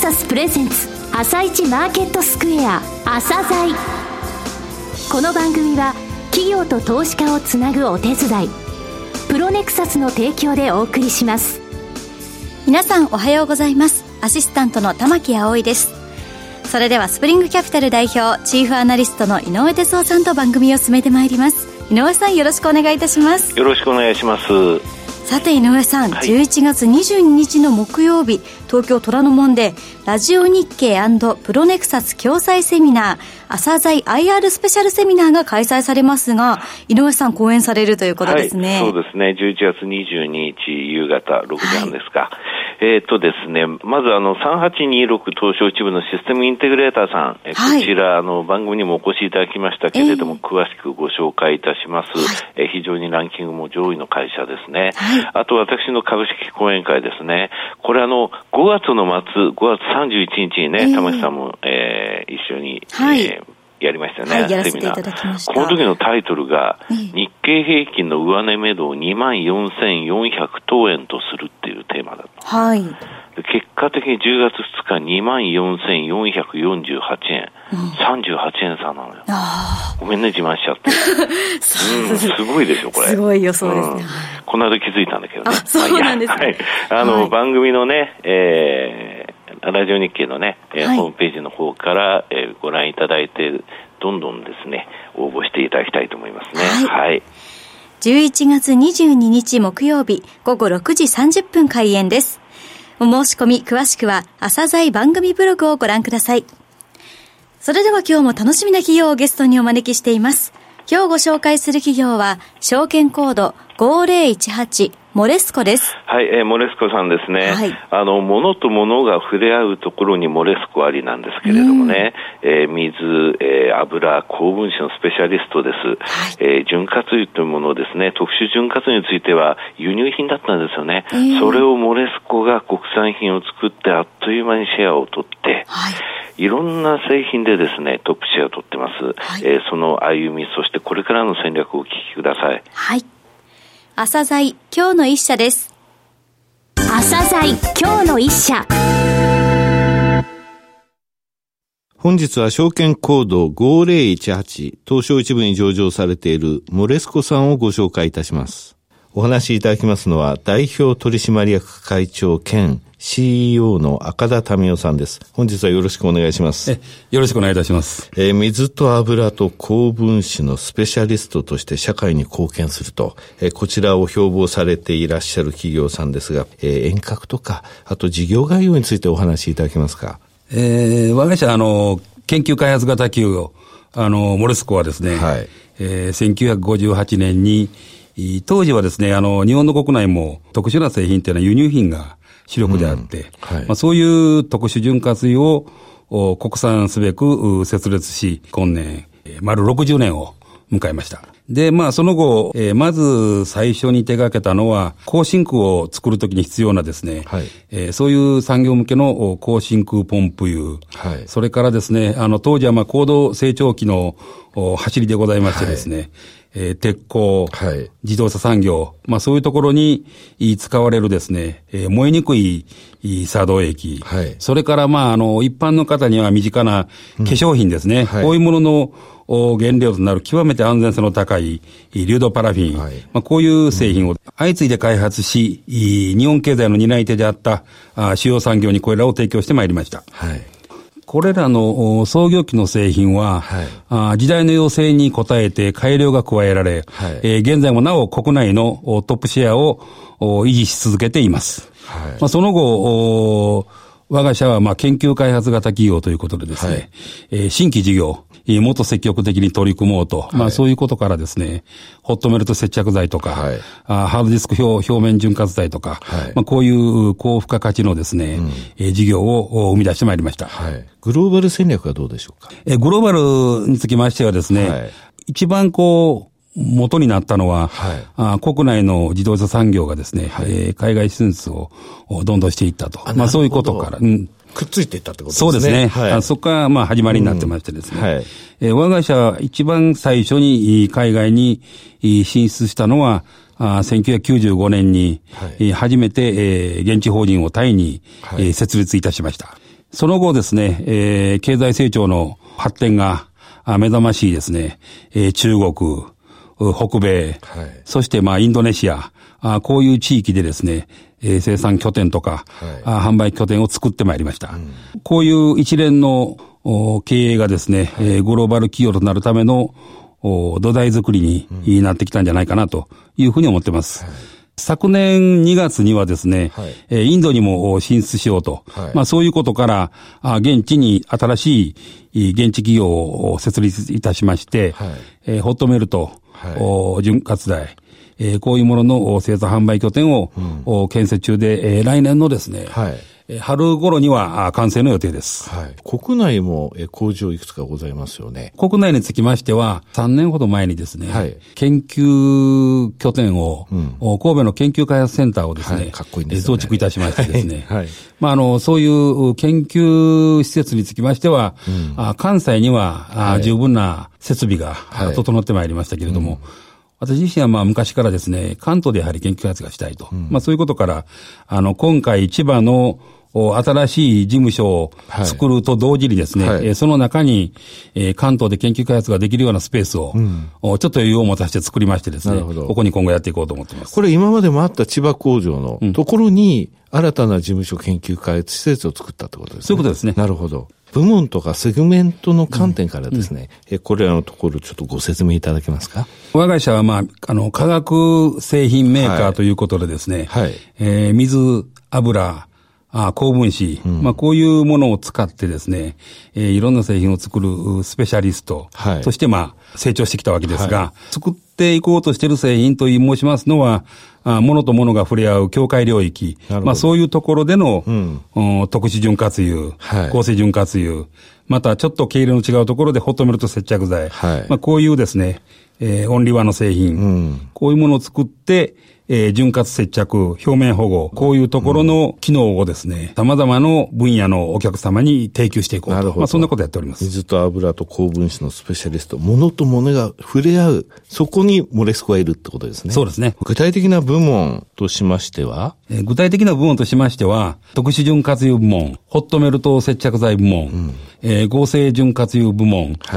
サスプレゼンツ朝市マーケットスクエア朝鮮。この番組は企業と投資家をつなぐお手伝いプロネクサスの提供でお送りします。 皆さんおはようございます。アシスタントの玉木葵です。それではスプリングキャピタル代表チーフアナリストの井上哲夫さんと番組を進めてまいります。井上さん、よろしくお願いいたします。 よろしくお願いします。 さて井上さん、11月22日の木曜日、東京虎ノ門でラジオ日経&プロネクサス共催セミナー朝鮮 IR スペシャルセミナーが開催されますが、井上さん講演されるということですね。 そうですね。11月22日夕方6時半ですか。ですね、まず3826東証一部のシステムインテグレーターさん、こちら番組にもお越しいただきましたけれども、詳しくご紹介いたします。非常にランキングも上位の会社ですね。あと私の株式講演会ですね。これ5月の末、5月31日にね、玉木さんも、一緒に、やりましたね、 やらせていただきました。 この時のタイトルが、日経平均の上値目処を24,400等円とするっていうテーマだと。結果的に10月2日24,448円、38円差なのよ。ごめんね、自慢しちゃって。すごいでしょ、これ。 すごい予想ですね。 この間気づいたんだけどね。 そうなんですね。 番組のね、ラジオ日経のね、ホームページの方から、ご覧いただいて、どんどんですね、応募していただきたいと思いますね。 11月22日木曜日午後6時30分開演です。お申し込み詳しくは朝鮮番組ブログをご覧ください。それでは今日も楽しみな企業をゲストにお招きしています。今日ご紹介する企業は証券コード5018モレスコです。 モレスコさんですね。物と物が触れ合うところにモレスコありなんですけれどもね、水、油、高分子のスペシャリストです。潤滑油というものですね、特殊潤滑油については輸入品だったんですよね。それをモレスコが国産品を作ってあっという間にシェアを取って、いろんな製品でですね、トップシェアを取ってます。その歩み、そしてこれからの戦略をお聞きください。 朝鮮今日の一社です。 朝鮮今日の一社。 本日は証券コード5018東証一部に上場されているモレスコさんをご紹介いたします。お話しいただきますのは代表取締役会長兼 CEO の赤田民夫さんです。本日はよろしくお願いします。 よろしくお願いいたします。 水と油と高分子のスペシャリストとして社会に貢献すると、こちらを標榜されていらっしゃる企業さんですが、遠隔とか、あと事業概要についてお話しいただけますか。 我が社研究開発型企業モレスコはですね、1958年に当時はですね、日本の国内も特殊な製品というのは輸入品が主力であって、そういう特殊潤滑油を国産すべく設立し、今年、丸60年を迎えました。で、その後、まず最初に手掛けたのは、高真空を作るときに必要なですね、そういう産業向けの高真空ポンプ油、それからですね、当時は高度成長期の走りでございましてですね、鉄鋼、自動車産業、そういうところに使われるですね、燃えにくい作動液、それから一般の方には身近な化粧品ですね、こういうものの原料となる極めて安全性の高い流動パラフィン、こういう製品を相次いで開発し、日本経済の担い手であった主要産業にこれらを提供してまいりました。これらの創業期の製品は、時代の要請に応えて改良が加えられ、現在もなお国内のトップシェアを維持し続けています。その後、我が社は研究開発型企業ということでですね、新規事業、もっと積極的に取り組もうと、そういうことからですね、ホットメルト接着剤とか、ハードディスク表面潤滑剤とか、こういう高付加価値のですね、事業を生み出してまいりました。 グローバル戦略はどうでしょうか。 グローバルにつきましてはですね、一番元になったのは、国内の自動車産業がですね、海外進出をどんどんしていったと。そういうことから、 くっついていったってことですね。 そうですね。そこが始まりになってましてですね。我が社は一番最初に海外に進出したのは、1995年に初めて現地法人をタイに設立いたしました。 その後ですね、経済成長の発展が目覚ましいですね、中国、北米、はい、そしてインドネシア、こういう地域でですね、生産拠点とか、はい、販売拠点を作ってまいりました。こういう一連の経営がですね、はい、グローバル企業となるための土台作りになってきたんじゃないかなというふうに思っています。はい、昨年2月にはですね、はい、インドにも進出しようと、はい、そういうことから、現地に新しい現地企業を設立いたしまして、はい、ホットメルト、はい、潤滑剤、こういうものの生産販売拠点を、建設中で、来年のですね、はい、春頃には完成の予定です。 はい、国内も工場いくつかございますよね。 国内につきましては、3年ほど前にですね、はい、研究拠点を、神戸の研究開発センターをですね、はい、かっこいいんですね、増築いたしましてですね、はい、そういう研究施設につきましては、関西には、十分な設備が整ってまいりましたけれども、私自身は昔からですね、関東でやはり研究開発がしたいと。そういうことから、今回千葉の新しい事務所を作ると同時にですね、はい、その中に、関東で研究開発ができるようなスペースを、ちょっと余裕を持たせて作りましてですね、ここに今後やっていこうと思っています。 これ今までもあった千葉工場のところに、新たな事務所研究開発施設を作ったってことですね。 そういうことですね。 なるほど。部門とかセグメントの観点からですね、これらのところちょっとご説明いただけますか。 我が社は化学製品メーカーということでですね、はい、水、油、高分子、こういうものを使ってですね、いろんな製品を作るスペシャリストとして成長してきたわけですが、はい、作っていこうとしている製品と申しますのは、物と物が触れ合う境界領域、そういうところでの、特殊潤滑油、はい、合成潤滑油、またちょっと経路の違うところでホットメルト接着剤、はい、こういうですね、オンリーワンの製品、こういうものを作って、潤滑接着、表面保護、こういうところの機能をですね、様々な分野のお客様に提供していこうと。そんなことやっております。 水と油と高分子のスペシャリスト、物と物が触れ合う、そこにモレスコがいるってことですね。 そうですね。 具体的な部門としましては、 具体的な部門としましては、特殊潤滑油部門、ホットメルト接着剤部門、合成潤滑油部門、はい、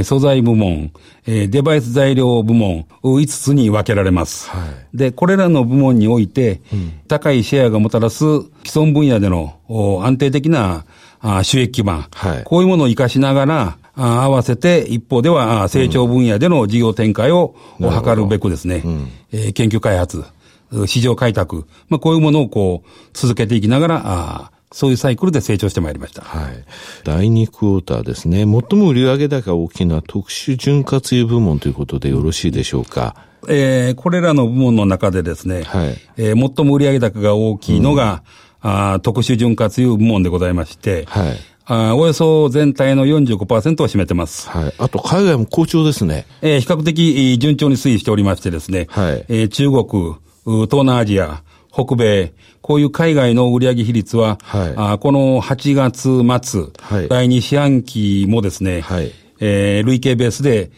素材部門、デバイス材料部門、5つに分けられます。はい、で、これらの部門において、高いシェアがもたらす既存分野での安定的な収益基盤、はい、こういうものを活かしながら、合わせて一方では成長分野での事業展開を図るべくですね、研究開発、市場開拓、こういうものを続けていきながら、そういうサイクルで成長してまいりました。 はい。第2クォーターですね。最も売上高が大きいのは特殊潤滑油部門ということでよろしいでしょうか。 これらの部門の中でですね、はい、最も売上高が大きいのが、特殊潤滑油部門でございまして、はい、およそ全体の 45% を占めてます。 はい。あと海外も好調ですね。 比較的順調に推移しておりましてですね、はい、中国、東南アジア、北米、こういう海外の売上比率は、はい、この8月末、はい、第2四半期もですね、はい、累計ベースで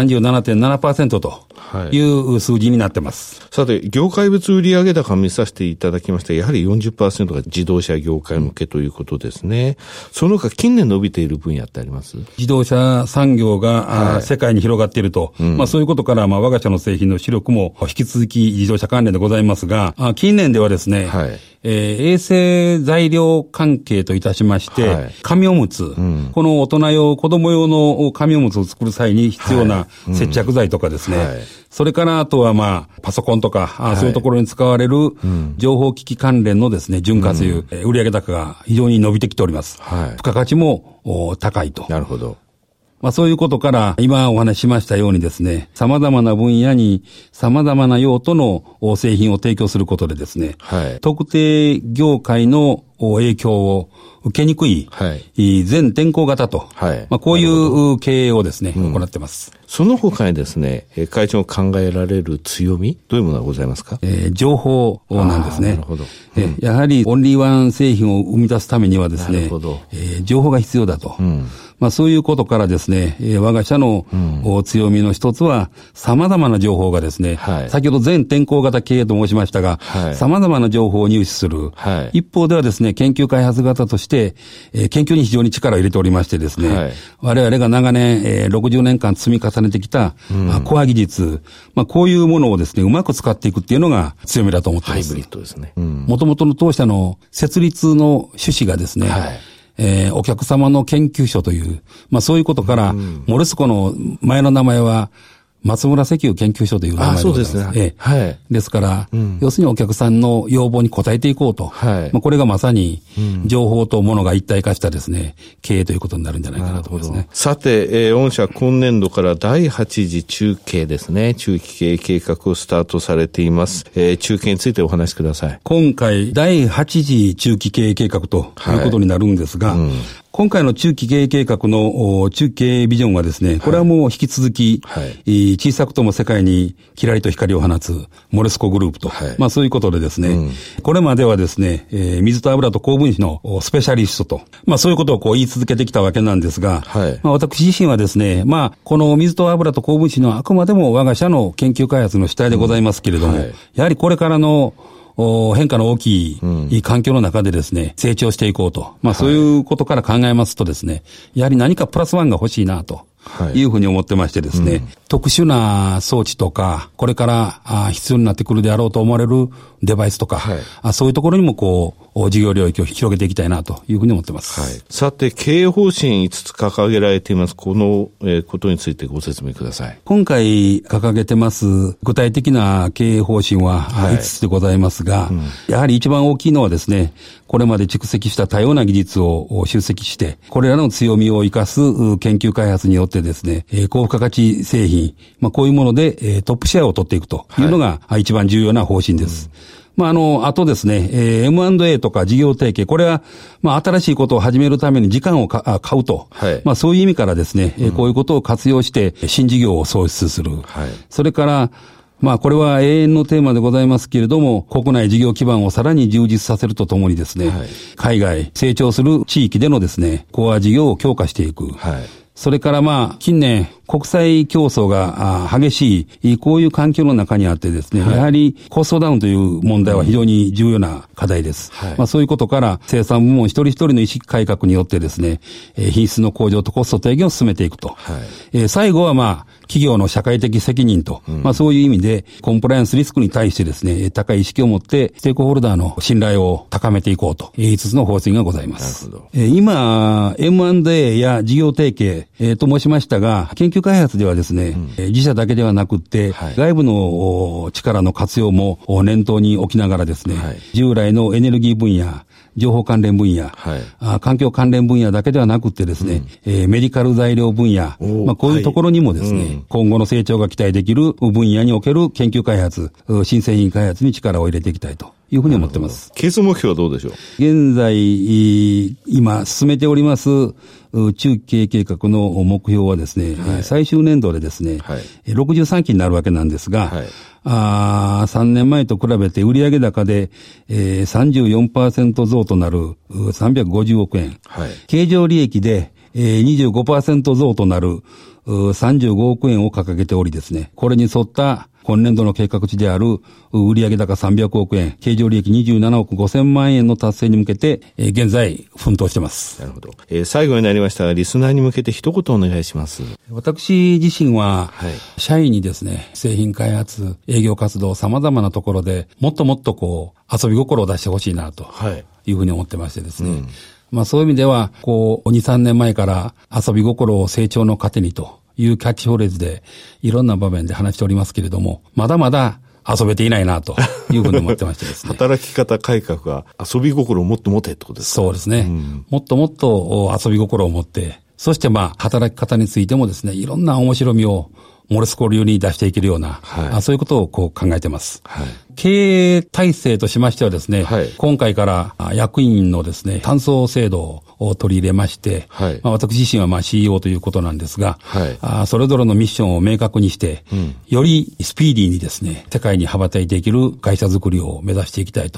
37.7% という数字になってます。 さて、業界別売上高見させていただきました。やはり 40% が自動車業界向けということですね。その他近年伸びている分野ってあります？ 自動車産業が、世界に広がっていると。そういうことから、我が社の製品の主力も引き続き自動車関連でございますが、近年ではですね、はい、衛生材料関係といたしまして、紙おむつ、この大人用、子供用の紙おむつを作る際に必要な接着剤とかですね、それからあとはパソコンとか、そういうところに使われる情報機器関連のですね、潤滑油、売上高が非常に伸びてきております。付加価値も高いと。 なるほど。 そういうことから、今お話ししましたようにですね、様々な分野に様々な用途の製品を提供することでですね、特定業界の影響を受けにくい、全天候型と、こういう経営をですね、行っています。 その他にですね、会長が考えられる強み、どういうものがございますか？ 情報なんですね。 なるほど。 やはりオンリーワン製品を生み出すためにはですね、情報が必要だと。 そういうことからですね、我が社の、強みの一つは、様々な情報がですね、先ほど全天候型経営と申しましたが、様々な情報を入手する。一方ではですね、研究開発型として、研究に非常に力を入れておりましてですね、我々が長年、60年間積み重ねてきた、コア技術、こういうものをですね、うまく使っていくっていうのが強みだと思っています。 ハイブリッドですね。 もともとの当社の設立の趣旨がですね、お客様の研究所という、そういうことから、モレスコの前の名前は、松村石油研究所という名前でございます。 そうですね。 ですから、要するにお客さんの要望に応えていこうと。これがまさに、情報と物が一体化したですね、経営ということになるんじゃないかなと思いますね。 さて、御社今年度から第8次中計ですね、中期経営計画をスタートされています。中計についてお話しください。 今回、第8次中期経営計画ということになるんですが、今回の中期経営計画の中期経営ビジョンはですね、これはもう引き続き、小さくとも世界にキラリと光を放つモレスコグループと、そういうことでですね、これまではですね、水と油と高分子のスペシャリストと、そういうことを言い続けてきたわけなんですが、私自身はですね、この水と油と高分子のあくまでも我が社の研究開発の主体でございますけれども、やはりこれからの変化の大きい環境の中でですね、成長していこうと。そういうことから考えますとですね、やはり何かプラスワンが欲しいなと。いうふうに思ってましてですね、特殊な装置とか、これから必要になってくるであろうと思われるデバイスとか、そういうところにも事業領域を広げていきたいなというふうに思ってます。 さて、経営方針5つ掲げられています。このことについてご説明ください。 今回掲げてます具体的な経営方針は5つでございますが、やはり一番大きいのはですね、これまで蓄積した多様な技術を集積して、これらの強みを生かす研究開発によってですね、高付加価値製品、こういうものでトップシェアを取っていくというのが一番重要な方針です。あとですね、M&A とか事業提携、これは、新しいことを始めるために時間を買うと。そういう意味からですね、こういうことを活用して、新事業を創出する。それから、これは永遠のテーマでございますけれども、国内事業基盤をさらに充実させるとともにですね、海外、成長する地域でのですね、コア事業を強化していく。それから近年、国際競争が激しい、こういう環境の中にあってですね、やはりコストダウンという問題は非常に重要な課題です。そういうことから生産部門一人一人の意識改革によってですね、品質の向上とコスト低減を進めていくと。最後は企業の社会的責任と、そういう意味でコンプライアンスリスクに対してですね、高い意識を持ってステークホルダーの信頼を高めていこうと、5つの方針がございます。今、M&A や事業提携、と申しましたが、研究開発ではですね、自社だけではなくって、外部の力の活用も念頭に置きながらですね、従来のエネルギー分野、情報関連分野、環境関連分野だけではなくてですね、メディカル材料分野、こういうところにもですね、今後の成長が期待できる分野における研究開発、新製品開発に力を入れていきたいというふうに思っています。 係数目標はどうでしょう？ 現在、今進めております中期経営計画の目標はですね、最終年度でですね、63期になるわけなんですが、3年前と比べて売上高で、34% 増となる350億円。経常利益で、25% 増となる35億円を掲げておりですね、これに沿った今年度の計画値である売上高300億円、経常利益27億5000万円の達成に向けて、現在奮闘してます。 なるほど。最後になりましたが、リスナーに向けて一言お願いします。 私自身は、社員にですね、製品開発、営業活動、様々なところでもっともっと遊び心を出してほしいなというふうに思ってましてですね。そういう意味では、2、3年前から遊び心を成長の糧にというキャッチフレーズでいろんな場面で話しておりますけれども、まだまだ遊べていないなというふうに思ってましてですね。 働き方改革が遊び心をもっと持てってことですか？ そうですね。もっともっと遊び心を持って、そして働き方についてもですね、いろんな面白みをモレスコ流に出していけるような、そういうことを考えています。経営体制としましてはですね、今回から役員のですね、単層制度を取り入れまして、私自身はCEO ということなんですが、それぞれのミッションを明確にして、よりスピーディーにですね、世界に羽ばたいていける会社づくりを目指していきたいと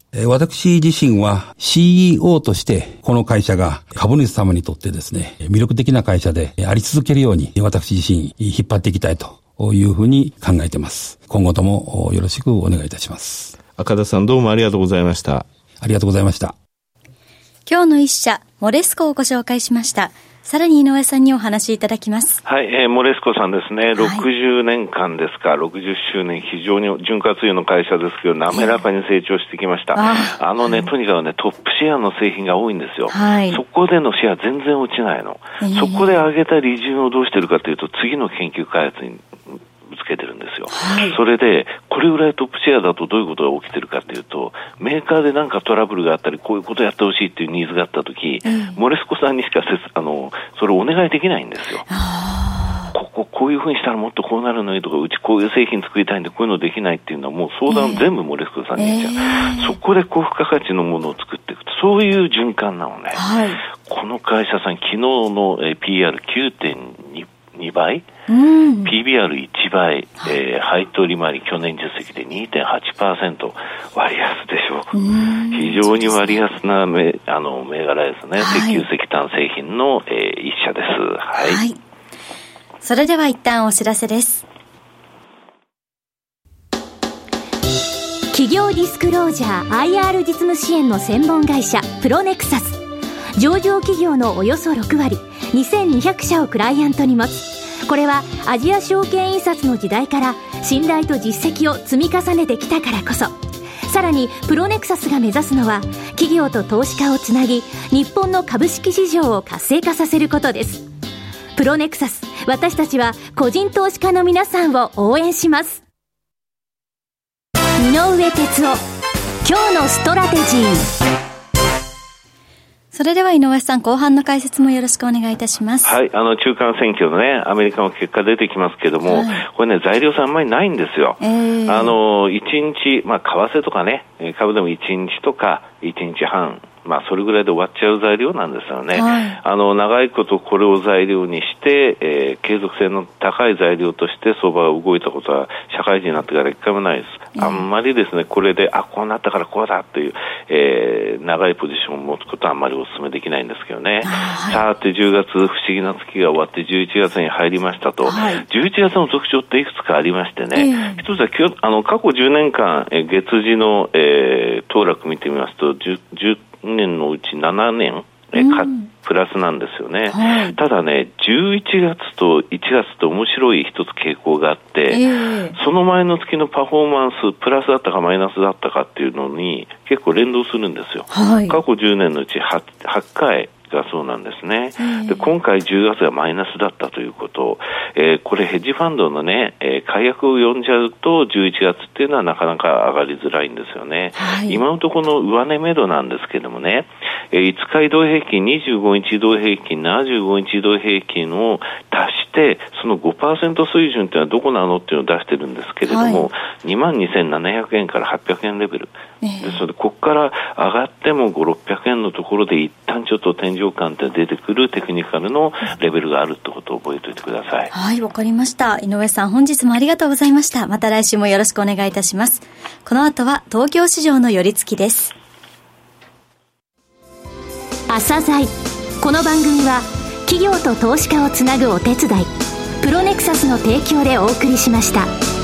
私自身は CEO としてこの会社が株主様にとってですね、魅力的な会社であり続けるように私自身引っ張っていきたいというふうに考えています。今後ともよろしくお願いいたします。 赤田さん、どうもありがとうございました。 ありがとうございました。 今日の一社、モレスコをご紹介しました。さらに井上さんにお話しいただきます。 はい、モレスコさんですね、60年間ですか、60周年、非常に潤滑油の会社ですけど、滑らかに成長してきました。とにかくね、トップシェアの製品が多いんですよ。そこでのシェア全然落ちないの。そこで上げた利潤をどうしてるかというと、次の研究開発にぶつけてるんですよ。それで、これぐらいトップシェアだとどういうことが起きてるかというと、メーカーでなんかトラブルがあったり、こういうことやってほしいっていうニーズがあったとき、モレスコさんにしかそれをお願いできないんですよ。こういう風にしたらもっとこうなるのにとか、うちこういう製品作りたいんでこういうのできないっていうのはもう相談全部モレスコさんに言っちゃう。そこで高付加価値のものを作っていくと、そういう循環なのね。この会社さん、昨日の PR9.2 倍、PBR1 倍、配当利回り去年実績で 2.8% 割安でしょう。非常に割安な銘柄ですね。石油石炭製品の、一社です。 それでは一旦お知らせです。 企業ディスクロージャー IR 実務支援の専門会社プロネクサス。上場企業のおよそ6割、2200社をクライアントに持つ。これはアジア証券印刷の時代から信頼と実績を積み重ねてきたからこそ。さらにプロネクサスが目指すのは、企業と投資家をつなぎ、日本の株式市場を活性化させることです。プロネクサス、私たちは個人投資家の皆さんを応援します。井上哲夫、今日のストラテジー。 それでは井上さん、後半の解説もよろしくお願いいたします。 はい、中間選挙のね、アメリカの結果出てきますけども、これね、材料差あんまりないんですよ。1日、為替とかね、株でも1日とか1日半、それぐらいで終わっちゃう材料なんですよね。長いことこれを材料にして、継続性の高い材料として相場が動いたことは社会人になってから一回もないです。あんまりですね、これでこうなったからこうだという、長いポジションを持つことはあんまりお勧めできないんですけどね。さて10月不思議な月が終わって11月に入りましたと、11月の特徴っていくつかありましてね、一つは過去10年間月次の、騰落見てみますと10年のうち7年プラスなんですよね。ただね、11月と1月と面白い一つ傾向があって、その前の月のパフォーマンスプラスだったかマイナスだったかっていうのに結構連動するんですよ。過去10年のうち 8回がそうなんですね。で、今回10月がマイナスだったということ、これヘッジファンドのね、解約を読んじゃうと11月っていうのはなかなか上がりづらいんですよね。今のところの上値目処なんですけどもね、5日移動平均、25日移動平均、75日移動平均を足して、その 5% 水準っていうのはどこなのっていうのを出してるんですけれども、22,700 円から800円レベル。ですので、ここから上がっても5、600円のところで一旦ちょっと天井感って出てくるテクニカルのレベルがあるってことを覚えておいてください。 はい、わかりました。井上さん、本日もありがとうございました。また来週もよろしくお願いいたします。この後は東京市場の寄り付きです。 朝鮮。この番組は企業と投資家をつなぐお手伝い、プロネクサスの提供でお送りしました。